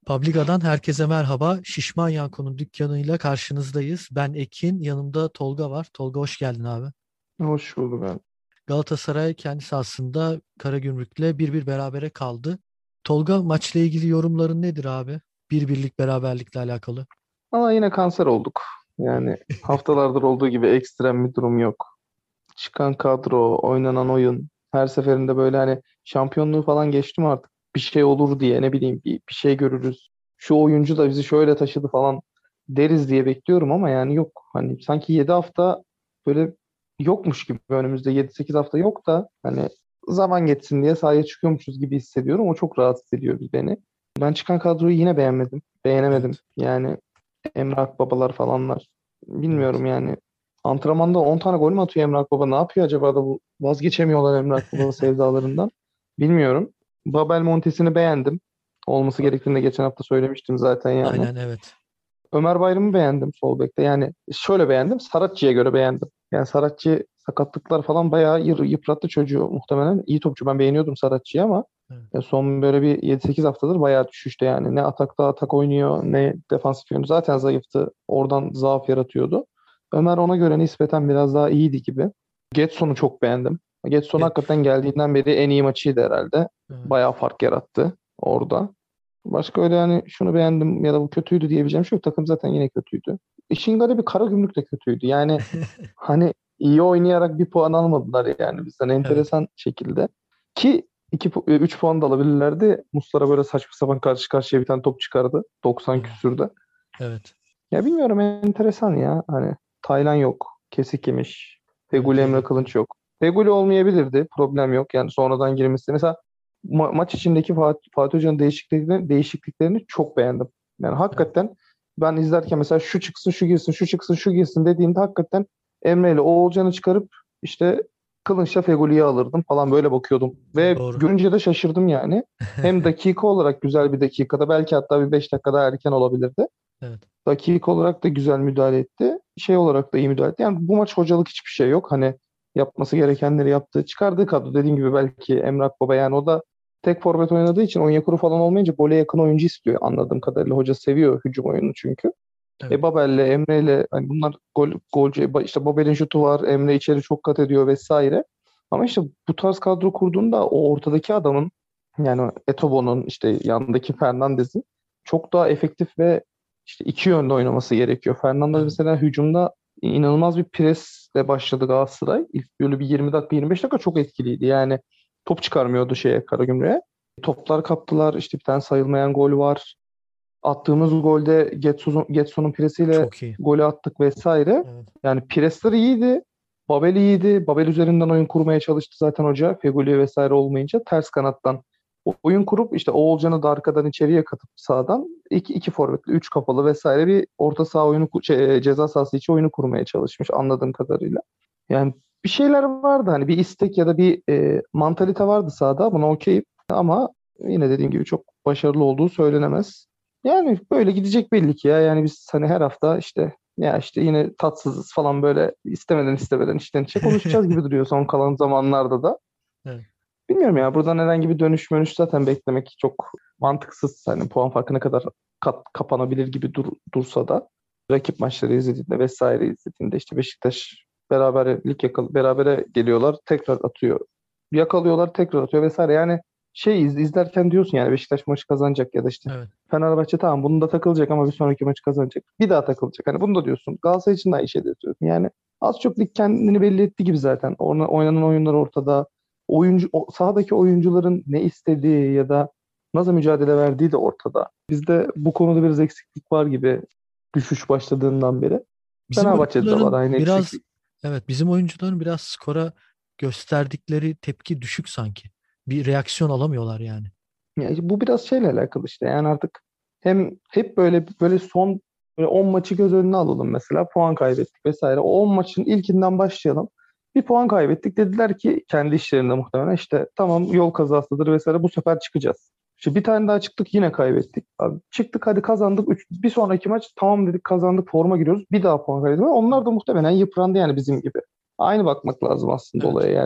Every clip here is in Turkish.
Publica'dan herkese merhaba. Şişman Yanko'nun dükkanıyla karşınızdayız. Ben Ekin, yanımda Tolga var. Tolga hoş geldin abi. Hoş bulduk abi. Galatasaray kendi sahasında Karagümrük'le 1-1 berabere kaldı. Tolga maçla ilgili yorumların nedir abi? Bir birlik beraberlikle alakalı. Ama yine kanser olduk. Yani haftalardır olduğu gibi ekstrem bir durum yok. Çıkan kadro, oynanan oyun. Her seferinde böyle hani şampiyonluğu falan geçtim artık. Bir şey olur diye ne bileyim bir şey görürüz. Şu oyuncu da bizi şöyle taşıdı falan deriz diye bekliyorum ama yani yok. Hani sanki 7 hafta böyle yokmuş gibi önümüzde 7-8 hafta yok da hani zaman geçsin diye sahaya çıkıyormuşuz gibi hissediyorum. O çok rahatsız ediyor beni. Ben çıkan kadroyu yine beğenmedim. Beğenemedim. Evet, Yani Emre Akbabalar falanlar. evet. Bilmiyorum yani. Antrenmanda 10 tane gol mü atıyor Emre Akbaba? Ne yapıyor acaba da bu vazgeçemiyorlar Emre Akbaba sevdalarından? Bilmiyorum. Babel Montesini beğendim. Olması A- gerektiğini de geçen hafta söylemiştim zaten yani. Aynen evet. Ömer Bayram'ı beğendim sol bekte. Yani şöyle beğendim. Saratçı'ya göre beğendim. Yani Saratçı sakatlıklar falan bayağı yıprattı çocuğu muhtemelen. İyi topçu. Ben beğeniyordum Saratçı'yı ama Evet. son böyle bir 7-8 haftadır bayağı düşüşte yani. Ne atakta atak oynuyor ne defansif yönü. Zaten zayıftı. Oradan zaaf yaratıyordu. Ömer ona göre nispeten biraz daha iyiydi gibi. Getson'u çok beğendim. Getson Ge- hakikaten geldiğinden beri en iyi maçıydı herhalde. Evet. Bayağı fark yarattı orada. Başka öyle yani şunu beğendim ya da bu kötüydü diyebileceğim şey yok. Takım zaten yine kötüydü. İşin garibi Karagümrük de kötüydü. Yani hani iyi oynayarak bir puan almadılar yani bizden Evet. enteresan şekilde. Ki 3 puan da alabilirlerdi. Muslera böyle saçma sapan karşı karşıya bir tane top çıkardı. 90 Evet. küsürde. Evet. Ya bilmiyorum enteresan ya. Hani Taylan yok. Kesik yemiş. Evet. Feguli Emre Yedekte. Kılınç yok. Feguli olmayabilirdi. Problem yok. Yani sonradan girmesi. Mesela maç içindeki Fatih Hoca'nın değişikliklerini çok beğendim. Yani Evet. hakikaten ben izlerken mesela şu çıksın şu girsin şu çıksın şu girsin dediğinde hakikaten Emre ile Oğulcan'ı çıkarıp işte Kılınç'la Feguli'yi alırdım falan böyle bakıyordum. Ve Doğru. görünce de şaşırdım yani. Hem dakika olarak güzel bir dakikada belki hatta bir 5 dakika daha erken olabilirdi. Evet. Dakika olarak da güzel müdahale etti. Şey olarak da iyi müdahale etti. Yani bu maç hocalık hiçbir şey yok. Hani yapması gerekenleri yaptı. Çıkardığı kadro dediğim gibi belki Emre Akbaba yani o da tek forvet oynadığı için Onyekuru falan olmayınca gole yakın oyuncu istiyor anladığım kadarıyla. Hoca seviyor hücum oyununu çünkü. Evet. Babel'le Emre'yle hani bunlar golcü işte Babel'in şutu var. Emre içeri çok kat ediyor vesaire. Ama işte bu tarz kadro kurduğunda o ortadaki adamın yani Etobo'nun işte yanındaki Fernandez'in çok daha efektif ve işte iki yönde oynaması gerekiyor. Fernandes Evet. mesela hücumda inanılmaz bir presle başladı Galatasaray. İlk böyle bir 20 dakika 25 dakika çok etkiliydi. Yani top çıkarmıyordu şeye Karagümrük'e. Toplar kaptılar. İşte bir tane sayılmayan gol var. Attığımız golde Getson'un presiyle Çok iyi. golü attık vesaire. Evet. Yani presler iyiydi. Babel iyiydi. Babel üzerinden oyun kurmaya çalıştı zaten hoca. Feguli vesaire olmayınca ters kanattan oyun kurup işte Oğulcan'ı da arkadan içeriye katıp sağdan iki forvetli, üç kapalı vesaire bir orta saha oyunu ceza sahası içi oyunu kurmaya çalışmış anladığım kadarıyla. Yani bir şeyler vardı hani bir istek ya da bir mantalite vardı sahada buna okey ama yine dediğim gibi çok başarılı olduğu söylenemez. Yani böyle gidecek belli ki ya. Yani biz hani her hafta işte ya işte yine tatsızız falan böyle istemeden istemeden içten içe konuşacağız gibi duruyor son kalan zamanlarda da. Evet. Bilmiyorum ya buradan herhangi bir dönüş zaten beklemek çok mantıksız. Hani puan farkı ne kadar kapanabilir gibi dursa da rakip maçları izlediğinde vesaire izlediğinde işte Beşiktaş berabere geliyorlar tekrar atıyor. Yakalıyorlar tekrar atıyor vesaire. Yani izlerken diyorsun yani Beşiktaş maçı kazanacak ya da işte Evet. Fenerbahçe tamam bunu da takılacak ama bir sonraki maçı kazanacak. Bir daha takılacak. Hani bunu da diyorsun. Galatasaray için de aynı şey diyorsun. Yani az çok lig kendini belli etti gibi zaten. Oynanan oyunlar ortada. Sahadaki oyuncuların ne istediği ya da nasıl mücadele verdiği de ortada. Bizde bu konuda biraz eksiklik var gibi düşüş başladığından beri. Bizim Fenerbahçe'de de var oyuncuların aynı biraz eksiklik. evet bizim oyuncuların biraz skora gösterdikleri tepki düşük sanki. Bir reaksiyon alamıyorlar yani. Yani bu biraz şeyle alakalı işte. Yani artık hem hep böyle son böyle 10 maçı göz önüne alalım mesela. Puan kaybettik vesaire. O 10 maçın ilkinden başlayalım. Bir puan kaybettik. Dediler ki kendi işlerinde muhtemelen işte tamam yol kazasıdır vesaire bu sefer çıkacağız. İşte bir tane daha çıktık yine kaybettik. Abi çıktık hadi kazandık. Bir sonraki maç tamam dedik kazandık forma giriyoruz. Bir daha puan kaybettik. Onlar da muhtemelen yıprandı yani bizim gibi. Aynı bakmak lazım aslında Evet. olaya yani.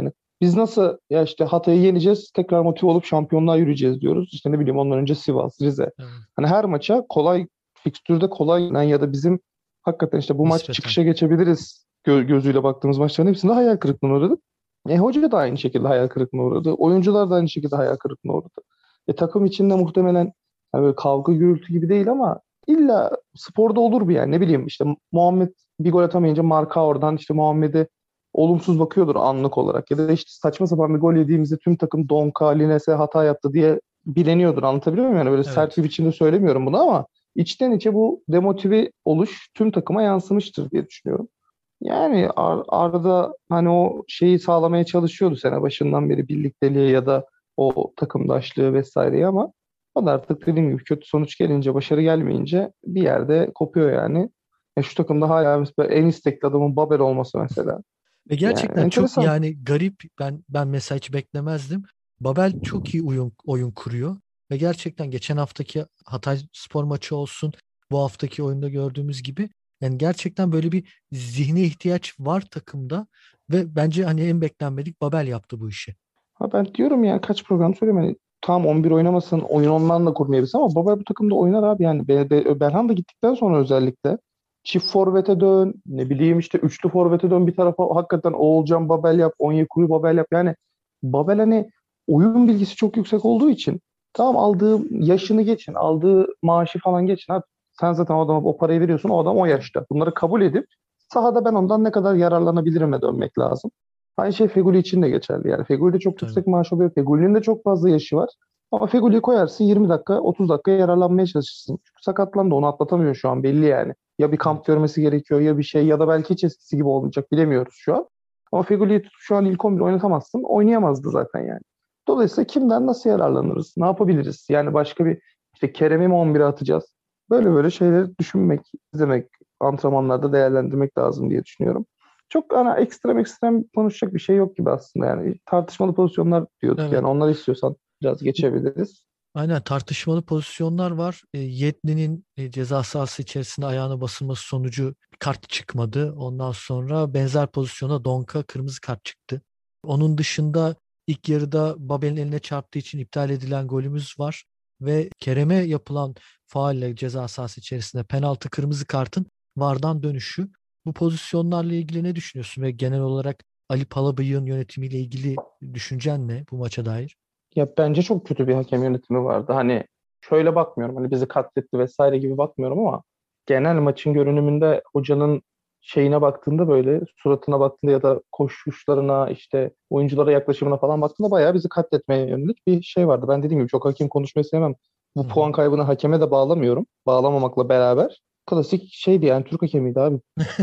Biz nasıl ya işte Hatay'ı yeneceğiz, tekrar motive olup şampiyonluğa yürüyeceğiz diyoruz. İşte ne bileyim ondan önce Sivas, Rize. Evet, Hani her maça kolay, fikstürde kolay ya da bizim hakikaten işte bu maç nispeten. çıkışa geçebiliriz gözüyle baktığımız maçların hepsinde hayal kırıklığına uğradık. Hoca da aynı şekilde hayal kırıklığına uğradı. Oyuncular da aynı şekilde hayal kırıklığına uğradı. Takım içinde muhtemelen hani böyle kavga gürültü gibi değil ama illa sporda olur bu yani. Ne bileyim işte Muhammed bir gol atamayınca marka oradan işte Muhammed'e olumsuz bakıyordur anlık olarak. Ya da işte saçma sapan bir gol yediğimizde tüm takım Donka, Linese hata yaptı diye bileniyordur. Anlatabiliyor muyum? Yani böyle sert Evet. bir biçimde söylemiyorum bunu ama içten içe bu demotive oluş tüm takıma yansımıştır diye düşünüyorum. Yani Arda hani o şeyi sağlamaya çalışıyordu sene başından beri birlikteliği ya da o takımdaşlığı vesaireyi ama o da artık dediğim gibi kötü sonuç gelince, başarı gelmeyince bir yerde kopuyor yani. Şu takımda hala mesela en istekli adamın Babel olması mesela. Ve Yani gerçekten çok enteresan. yani garip. Ben mesela hiç beklemezdim. Babel çok iyi oyun kuruyor ve gerçekten geçen haftaki Hatayspor maçı olsun, bu haftaki oyunda gördüğümüz gibi yani gerçekten böyle bir zihne ihtiyaç var takımda ve bence hani en beklenmedik Babel yaptı bu işi. Ha ben diyorum yani kaç program söylüyorum hani tam 11 oynamasın oyun ondan da kurmayabilirsin ama Babel bu takımda oynar abi yani Belhanda gittikten sonra özellikle çift forvete dön ne bileyim işte üçlü forvete dön bir tarafa hakikaten Oğulcan Babel yap Onyekuru Babel yap yani Babel hani oyun bilgisi çok yüksek olduğu için tamam aldığı yaşını geçin aldığı maaşı falan geçin abi sen zaten o adama o parayı veriyorsun o adam o yaşta bunları kabul edip sahada ben ondan ne kadar yararlanabilirim'e dönmek lazım. Aynı şey Feguli için de geçerli. Yani Feguli de çok Tabii. yüksek maaş alıyor. Feguli'nin de çok fazla yaşı var. Ama Feguli'yi koyarsın 20 dakika 30 dakika yararlanmaya çalışırsın. Çünkü sakatlandı onu atlatamıyor şu an belli yani. Ya bir kamp Evet. görmesi gerekiyor ya bir şey ya da belki hiç eskisi gibi olmayacak bilemiyoruz şu an. Ama Feguli'yi tutup şu an ilk 11 oynatamazsın. Oynayamazdı zaten yani. Dolayısıyla kimden nasıl yararlanırız? Ne yapabiliriz? Yani başka bir işte Kerem'i mi 11'e atacağız? Böyle böyle şeyleri düşünmek, izlemek, antrenmanlarda değerlendirmek lazım diye düşünüyorum. Çok ana ekstrem konuşacak bir şey yok gibi aslında yani. Tartışmalı pozisyonlar diyorduk Evet. yani. Onları istiyorsan biraz geçebiliriz. Aynen tartışmalı pozisyonlar var. Yedlin'in ceza sahası içerisinde ayağına basılması sonucu kart çıkmadı. Ondan sonra benzer pozisyona Donka kırmızı kart çıktı. Onun dışında ilk yarıda Babel'in eline çarptığı için iptal edilen golümüz var. Ve Kerem'e yapılan faulle ceza sahası içerisinde penaltı kırmızı kartın VAR'dan dönüşü. Bu pozisyonlarla ilgili ne düşünüyorsun? Ve genel olarak Ali Palabıyık'ın yönetimiyle ilgili düşüncen ne bu maça dair? Ya bence çok kötü bir hakem yönetimi vardı. Hani şöyle bakmıyorum. Hani bizi katletti vesaire gibi bakmıyorum ama genel maçın görünümünde hocanın şeyine baktığında böyle suratına baktığında ya da koşuşlarına işte oyunculara yaklaşımına falan baktığında bayağı bizi katletmeye yönelik bir şey vardı. Ben dediğim gibi çok hakem konuşmayı sevmem. Hı Bu hı. puan kaybını hakeme de bağlamıyorum. Bağlamamakla beraber. Klasik şeydi yani Türk hakemiydi abi.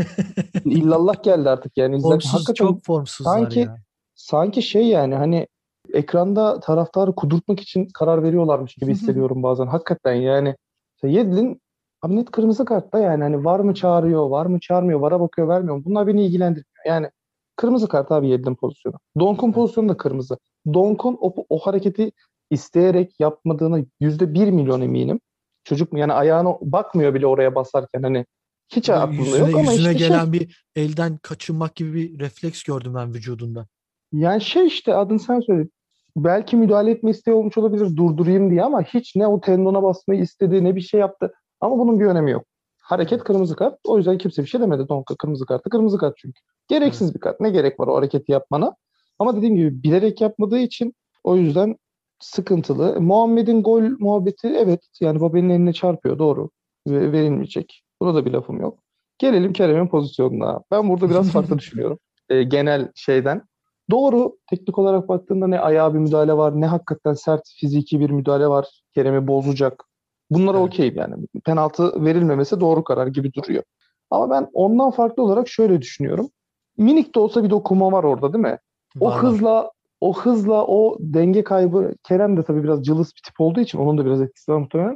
İllallah geldi artık yani izlerken. Formsuz, Hakikaten çok formsuzlar sanki ya. sanki şey yani hani ekranda taraftarı kudurtmak için karar veriyorlarmış gibi hissediyorum bazen. Hakikaten yani Yedlin abi net kırmızı kartta yani hani var mı çağırıyor, var mı çağırmıyor, vara bakıyor, vermiyor mu? Bunlar beni ilgilendirmiyor. Yani kırmızı kart abi Yedlin pozisyonu. Donk'un Evet. pozisyonu da kırmızı. Donk'un o hareketi isteyerek yapmadığına %1 milyon eminim. Çocuk mu yani ayağına bakmıyor bile oraya basarken hani hiç Böyle aklında yok ama yüzüne işte şey gelen bir elden kaçınmak gibi bir refleks gördüm ben vücudunda. yani şey işte adını sen söyle. Belki müdahale etme isteği olmuş olabilir durdurayım diye ama hiç ne o tendona basmayı istedi ne bir şey yaptı. Ama bunun bir önemi yok. Hareket Evet, kırmızı kart. O yüzden kimse bir şey demedi. Donka kırmızı kartı kırmızı kart çünkü. evet. Gereksiz bir kart. Ne gerek var o hareketi yapmana? Ama dediğim gibi bilerek yapmadığı için o yüzden sıkıntılı. Muhammed'in gol muhabbeti evet yani Babel'in eline çarpıyor doğru. Ve verilmeyecek. Buna da bir lafım yok. Gelelim Kerem'in pozisyonuna. Ben burada biraz farklı düşünüyorum. Genel şeyden. Doğru. Teknik olarak baktığında ne ayağa bir müdahale var, ne hakikaten sert fiziki bir müdahale var. Kerem'i bozacak. Bunlara Evet, okeyim yani. Penaltı verilmemesi doğru karar gibi duruyor. Ama ben ondan farklı olarak şöyle düşünüyorum. Minik de olsa bir dokunma var orada değil mi? O var var. hızla o denge kaybı Kerem de tabii biraz cılız bir tip olduğu için onun da biraz etkisi var muhtemelen.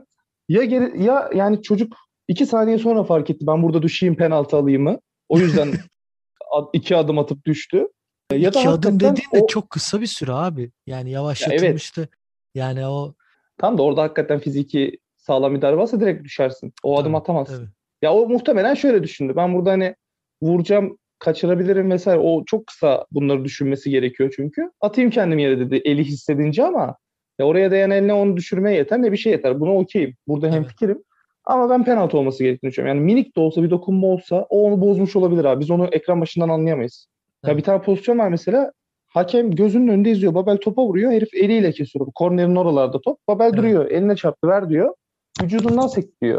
Ya yani çocuk 2 saniye sonra fark etti ben burada düşeyim penaltı alayım mı? O yüzden 2 adım atıp düştü. Ya da İki adım hakikaten dediğin de çok kısa bir süre abi. Yani ya evet yavaşlatılmıştı. Yani o tam da orada hakikaten fiziki sağlam bir darbe varsa direkt düşersin. O adım tabii atamazsın. tabii. Ya o muhtemelen şöyle düşündü. Ben burada hani vuracağım kaçırabilirim vesaire. O çok kısa bunları düşünmesi gerekiyor çünkü. Atayım kendimi yere dedi eli hissedince ama ya oraya değen eline onu düşürmeye yeter ne bir şey yeter. Buna okeyim. Burada Evet. hemfikirim. Ama ben penaltı olması gerektiğini düşünüyorum. Yani minik de olsa bir dokunma olsa o onu bozmuş olabilir abi. Biz onu ekran başından anlayamayız. Ya bir Evet. tane pozisyon var mesela. Hakem gözünün önünde izliyor. Babel topa vuruyor. Herif eliyle kesiyor. Kornerin oralarda top. Babel Evet. duruyor. Eline çarptı ver diyor. Vücudundan sekti diyor.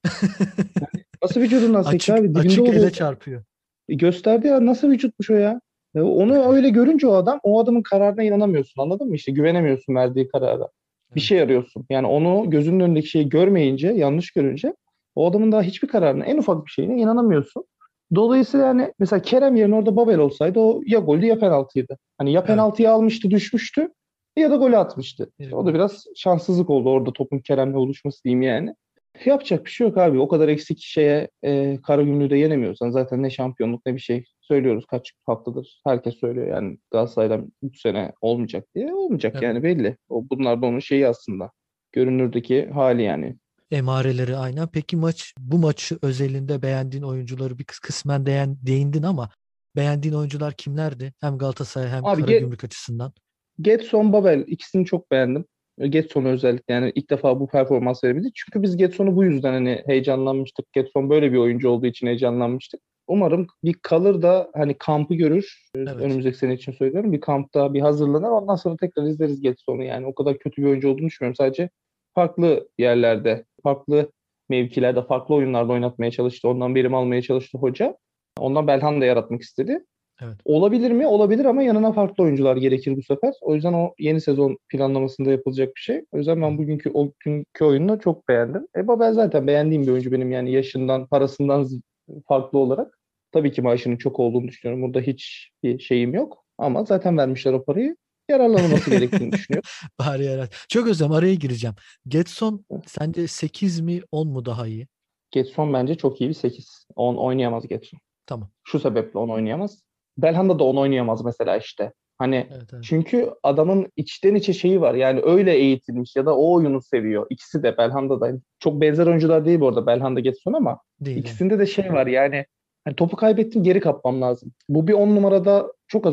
Nasıl vücudundan sekti Açık abi? Dibinde açık ele oluyor. çarpıyor. Gösterdi ya nasıl vücutmuş o ya? Onu öyle görünce o adamın kararına inanamıyorsun anladın mı? İşte güvenemiyorsun verdiği karara. Bir Evet. şey arıyorsun. Yani onu gözünün önündeki şeyi görmeyince, yanlış görünce o adamın daha hiçbir kararına, en ufak bir şeyine inanamıyorsun. Dolayısıyla yani mesela Kerem yerine orada Babel olsaydı o ya goldü ya penaltıydı. Hani ya Evet. penaltıyı almıştı, düşmüştü ya da golü atmıştı. Bir İşte o da gol. biraz şanssızlık oldu orada topun Kerem'le oluşması diyeyim yani. Yapacak bir şey yok abi. O kadar eksik şeye Karagümrük'ü de yenemiyorsan zaten ne şampiyonluk ne bir şey söylüyoruz kaç haftadır. Herkes söylüyor yani Galatasaray'dan 3 sene olmayacak diye. Olmayacak Evet. yani belli. Bunlar da onun şeyi aslında. Görünürdeki hali yani. Emareleri aynen. Peki bu maçı özelinde beğendiğin oyuncuları bir kısmen değindin ama beğendiğin oyuncular kimlerdi? Hem Galatasaray hem Abi Karagümrük açısından. Getson, Babel ikisini çok beğendim. Getson'u özellikle yani ilk defa bu performans verebildi. Çünkü biz Getson'u bu yüzden hani heyecanlanmıştık. Getson böyle bir oyuncu olduğu için heyecanlanmıştık. Umarım bir kalır da hani kampı görür. Evet. Önümüzdeki sene için söylüyorum. Bir kampta bir hazırlanır. Ondan sonra tekrar izleriz Getson'u. Yani o kadar kötü bir oyuncu olduğunu düşünmüyorum. Sadece farklı yerlerde, farklı mevkilerde, farklı oyunlarda oynatmaya çalıştı. Ondan verim almaya çalıştı hoca. Ondan Belhanda yaratmak istedi. Evet. Olabilir mi? Olabilir ama yanına farklı oyuncular gerekir bu sefer. O yüzden o yeni sezon planlamasında yapılacak bir şey. O yüzden Hı ben hı. o günkü oyununu çok beğendim. Babel zaten beğendiğim bir oyuncu benim yani yaşından, parasından farklı olarak. Tabii ki maaşının çok olduğunu düşünüyorum. Burada hiç bir şeyim yok. Ama zaten vermişler o parayı. Yararlanılması gerektiğini düşünüyorum. Bari yarat. Çok özlem araya gireceğim. Getson sence 8 mi 10 mu daha iyi? Getson bence çok iyi bir 8. 10 oynayamaz Getson. Tamam. Şu sebeple onu oynayamaz. Belhanda da onu oynayamaz mesela işte. Hani Evet, evet. çünkü adamın içten içe şeyi var. Yani öyle eğitilmiş ya da o oyunu seviyor. İkisi de Belhanda da. Çok benzer oyuncular değil bu arada Belhanda Getson ama Değil, değil. ikisinde de şey var yani hani topu kaybettim geri kapmam lazım. Bu bir 10 numarada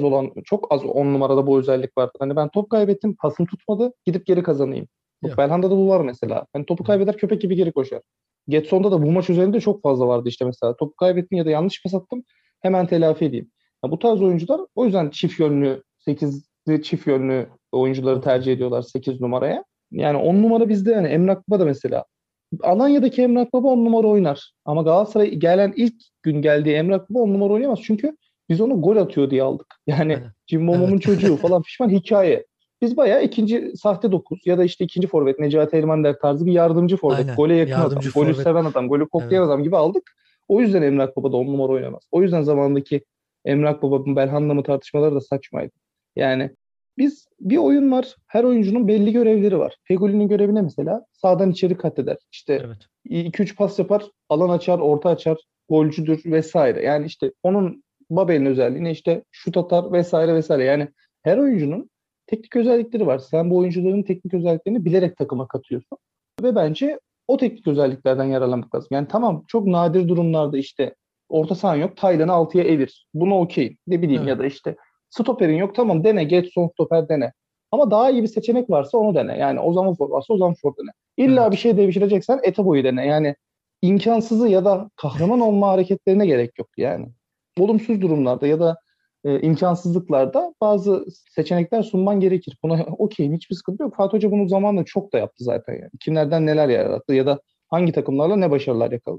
çok az 10 numarada bu özellik var. Hani ben top kaybettim pasım tutmadı gidip geri kazanayım. Bak Yok. Belhanda'da bu var mesela. Hani topu Hı hı. kaybeder köpek gibi geri koşar. Getson'da da bu maç üzerinde çok fazla vardı işte mesela. Topu kaybettim ya da yanlış pas attım hemen telafi edeyim. Ya bu tarz oyuncular o yüzden çift yönlü 8'li çift yönlü oyuncuları Okey. tercih ediyorlar 8 numaraya. Yani 10 numara bizde yani Emrah Baba da mesela. Alanya'daki Emrah Baba 10 numara oynar. Ama Galatasaray gelen ilk gün geldiği Emrah Baba 10 numara oynayamaz. Çünkü biz onu gol atıyor diye aldık. Yani Aynen. Cimbom'un Evet. çocuğu falan pişman hikaye. Biz bayağı ikinci sahte 9 ya da işte ikinci forvet Necati Elmander tarzı bir yardımcı forvet. Aynen. Gole yakın Yardımcı adam, golü forvet. seven adam, golü koklayan Evet. adam gibi aldık. O yüzden Emrah Baba da 10 numara oynamaz. O yüzden zamandaki Emrah Baba'nın Belhanda mı tartışmaları da saçmaydı. Yani biz bir oyun var. Her oyuncunun belli görevleri var. Fegoli'nin görevi ne mesela? Sağdan içeri kat eder. İşte Evet. 2-3 pas yapar, alan açar, orta açar, golcüdür vesaire. Yani işte onun Babel'in özelliği ne işte şut atar vesaire vesaire. Yani her oyuncunun teknik özellikleri var. Sen bu oyuncuların teknik özelliklerini bilerek takıma katıyorsun. Ve bence o teknik özelliklerden yararlanmak lazım. Yani tamam çok nadir durumlarda işte orta sahan yok. Taylan'ı altıya evir. Buna okey. Ne bileyim Evet. ya da işte stoperin yok. Tamam dene. Getson stoper dene. Ama daha iyi bir seçenek varsa onu dene. Yani Ozanfor varsa Ozanfor dene. İlla bir Evet. şey devşireceksen Eteboy'u dene. Yani imkansızı ya da kahraman olma hareketlerine gerek yok yani. Olumsuz durumlarda ya da imkansızlıklarda bazı seçenekler sunman gerekir. Buna okeyim hiçbir sıkıntı yok. Fatih Hoca bunu zamanla çok da yaptı zaten yani. Kimlerden neler yarattı ya da hangi takımlarla ne başarılar yakaladı.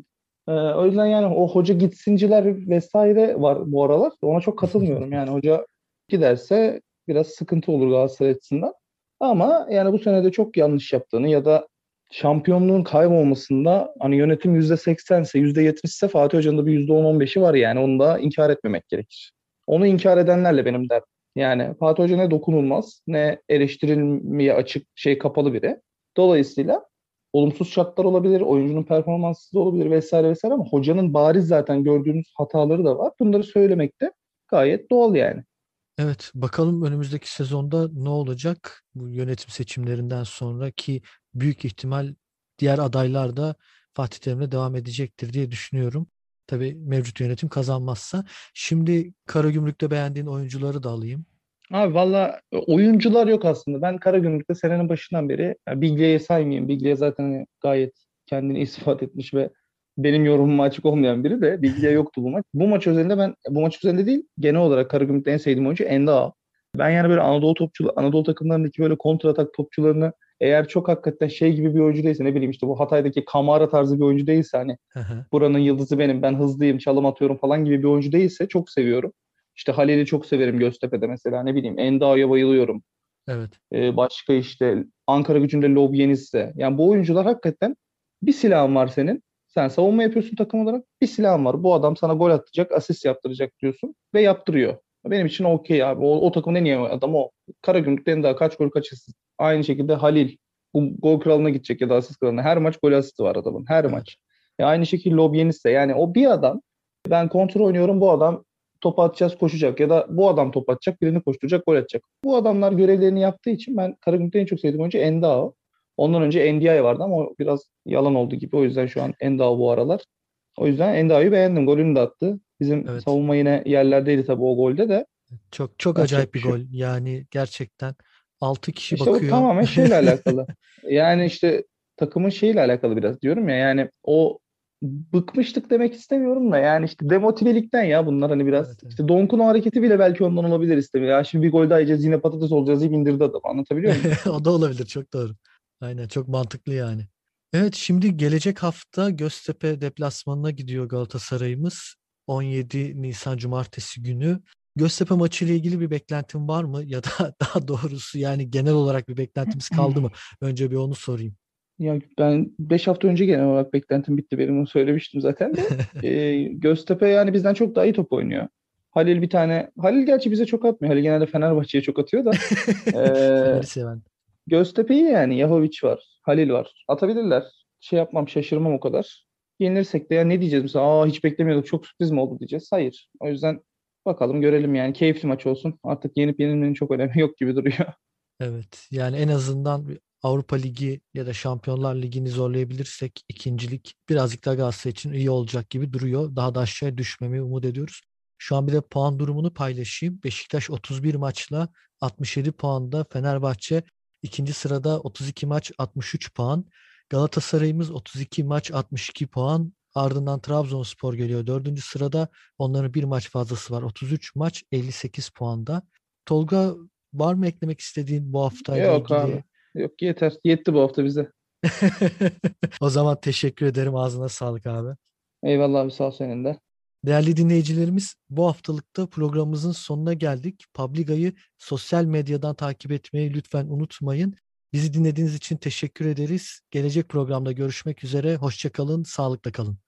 O yüzden yani o hoca gitsinciler vesaire var bu aralar. Ona çok katılmıyorum. Yani hoca giderse biraz sıkıntı olur Galatasaray açısından. Ama yani bu sene de çok yanlış yaptığını ya da şampiyonluğun kaybolmasında hani yönetim %80'se %70'se Fatih Hoca'nın da bir %10-15'i var yani onu da inkar etmemek gerekir. Onu inkar edenlerle benim derdim. Yani Fatih Hoca ne dokunulmaz ne eleştirilmeye açık şey kapalı biri. Dolayısıyla olumsuz şartlar olabilir, oyuncunun performanssız da olabilir vesaire vesaire ama hocanın bariz zaten gördüğümüz hataları da var. Bunları söylemek de gayet doğal yani. Evet, bakalım önümüzdeki sezonda ne olacak bu yönetim seçimlerinden sonraki büyük ihtimal diğer adaylar da Fatih Terim'le devam edecektir diye düşünüyorum. Tabii mevcut yönetim kazanmazsa. Şimdi Karagümrük'te beğendiğin oyuncuları da alayım. Abi valla oyuncular yok aslında. Ben Karagümrük'te senenin başından beri Biglia'yı saymayayım. Biglia zaten hani gayet kendini ispat etmiş ve benim yorumuma açık olmayan biri de Biglia yoktu bu maç. Bu maç özelinde bu maç özelinde değil genel olarak Karagümrük'te en sevdiğim oyuncu Endao. Ben yani böyle Anadolu takımlarındaki böyle kontra atak topçularını eğer çok hakikaten şey gibi bir oyuncu değilse ne bileyim işte bu Hatay'daki Kamara tarzı bir oyuncu değilse hani Hı hı. buranın yıldızı benim ben hızlıyım çalım atıyorum falan gibi bir oyuncu değilse çok seviyorum. İşte Halil'i çok severim Göztepe'de mesela ne bileyim Endao'ya bayılıyorum. Evet. Başka işte Ankara Gücü'nde Lob Yeniz'se. Yani bu oyuncular hakikaten bir silahın var senin. Sen savunma yapıyorsun takım olarak. Bir silahın var. Bu adam sana gol atacak, asist yaptıracak diyorsun ve yaptırıyor. Benim için okey abi. O takımın en iyi adamı o. Karagümrük'ten daha kaç gol kaç asist. Aynı şekilde Halil. Bu gol kralına gidecek ya da asist kralına. Her maç gol asisti var adamın. Her Evet. maç. Aynı şekilde Lob Yeniz'se. Yani o bir adam. Ben kontrol oynuyorum bu adam top atacağız koşacak ya da bu adam top atacak birini koşturacak gol atacak. Bu adamlar görevlerini yaptığı için ben Karagümrük'te en çok sevdiğim oyuncu Endao. Ondan önce NDI vardı ama o biraz yalan oldu gibi. O yüzden şu an Endao bu aralar. O yüzden Endao'yu beğendim. Golünü de attı. Bizim Evet. savunma yine yerlerdeydi tabii o golde de. Çok çok Yapacak acayip bir bir şey gol. yok. Yani gerçekten 6 kişi İşte bu bakıyor. tamamen şeyle alakalı. Yani işte takımın şeyle alakalı biraz diyorum ya. Yani o bıkmıştık demek istemiyorum da yani işte demotivelikten ya bunlar hani biraz. Evet, evet. İşte Donk'un o hareketi bile belki ondan olabilir istemiyor. Ya şimdi bir gol daha yiyeceğiz yine patates olacağız deyip indirdi adam. Anlatabiliyor muyum? O da olabilir. Çok doğru. Aynen. Çok mantıklı yani. Evet, şimdi gelecek hafta Göztepe deplasmanına gidiyor Galatasaray'ımız. 17 Nisan Cumartesi günü. Göztepe maçı ile ilgili bir beklentin var mı? Ya da daha doğrusu yani genel olarak bir beklentimiz kaldı mı? Önce bir onu sorayım. Ya ben 5 hafta önce genel olarak beklentim bitti. Benim onu söylemiştim zaten de. Göztepe yani bizden çok daha iyi top oynuyor. Halil gerçi bize çok atmıyor. Halil genelde Fenerbahçe'ye çok atıyor da. Fener'i Ee, seven. Göztepe'yi yani Yahovic var. Halil var. Atabilirler. Şey yapmam şaşırmam o kadar. Yenilirsek de ya ne diyeceğiz mesela? Hiç beklemiyorduk çok sürpriz mi oldu diyeceğiz. Hayır. O yüzden bakalım görelim yani. Keyifli maç olsun. Artık yenip yenilmenin çok önemi yok gibi duruyor. Evet. Yani en azından bir Avrupa Ligi ya da Şampiyonlar Ligi'ni zorlayabilirsek ikincilik birazcık daha Galatasaray için iyi olacak gibi duruyor. Daha da aşağıya düşmemeyi umut ediyoruz. Şu an bir de puan durumunu paylaşayım. Beşiktaş 31 maçla 67 puanda. Fenerbahçe ikinci sırada 32 maç 63 puan. Galatasaray'ımız 32 maç 62 puan. Ardından Trabzonspor geliyor. Dördüncü sırada onların bir maç fazlası var. 33 maç 58 puanda. Tolga, var mı eklemek istediğin bu haftayla Yok abi. ilgili? Yok yeter. Yetti bu hafta bize. O zaman teşekkür ederim. Ağzına sağlık abi. Eyvallah abi sağ ol senin de. Değerli dinleyicilerimiz, bu haftalıkta programımızın sonuna geldik. Publiga'yı sosyal medyadan takip etmeyi lütfen unutmayın. Bizi dinlediğiniz için teşekkür ederiz. Gelecek programda görüşmek üzere. Hoşça kalın, sağlıkla kalın.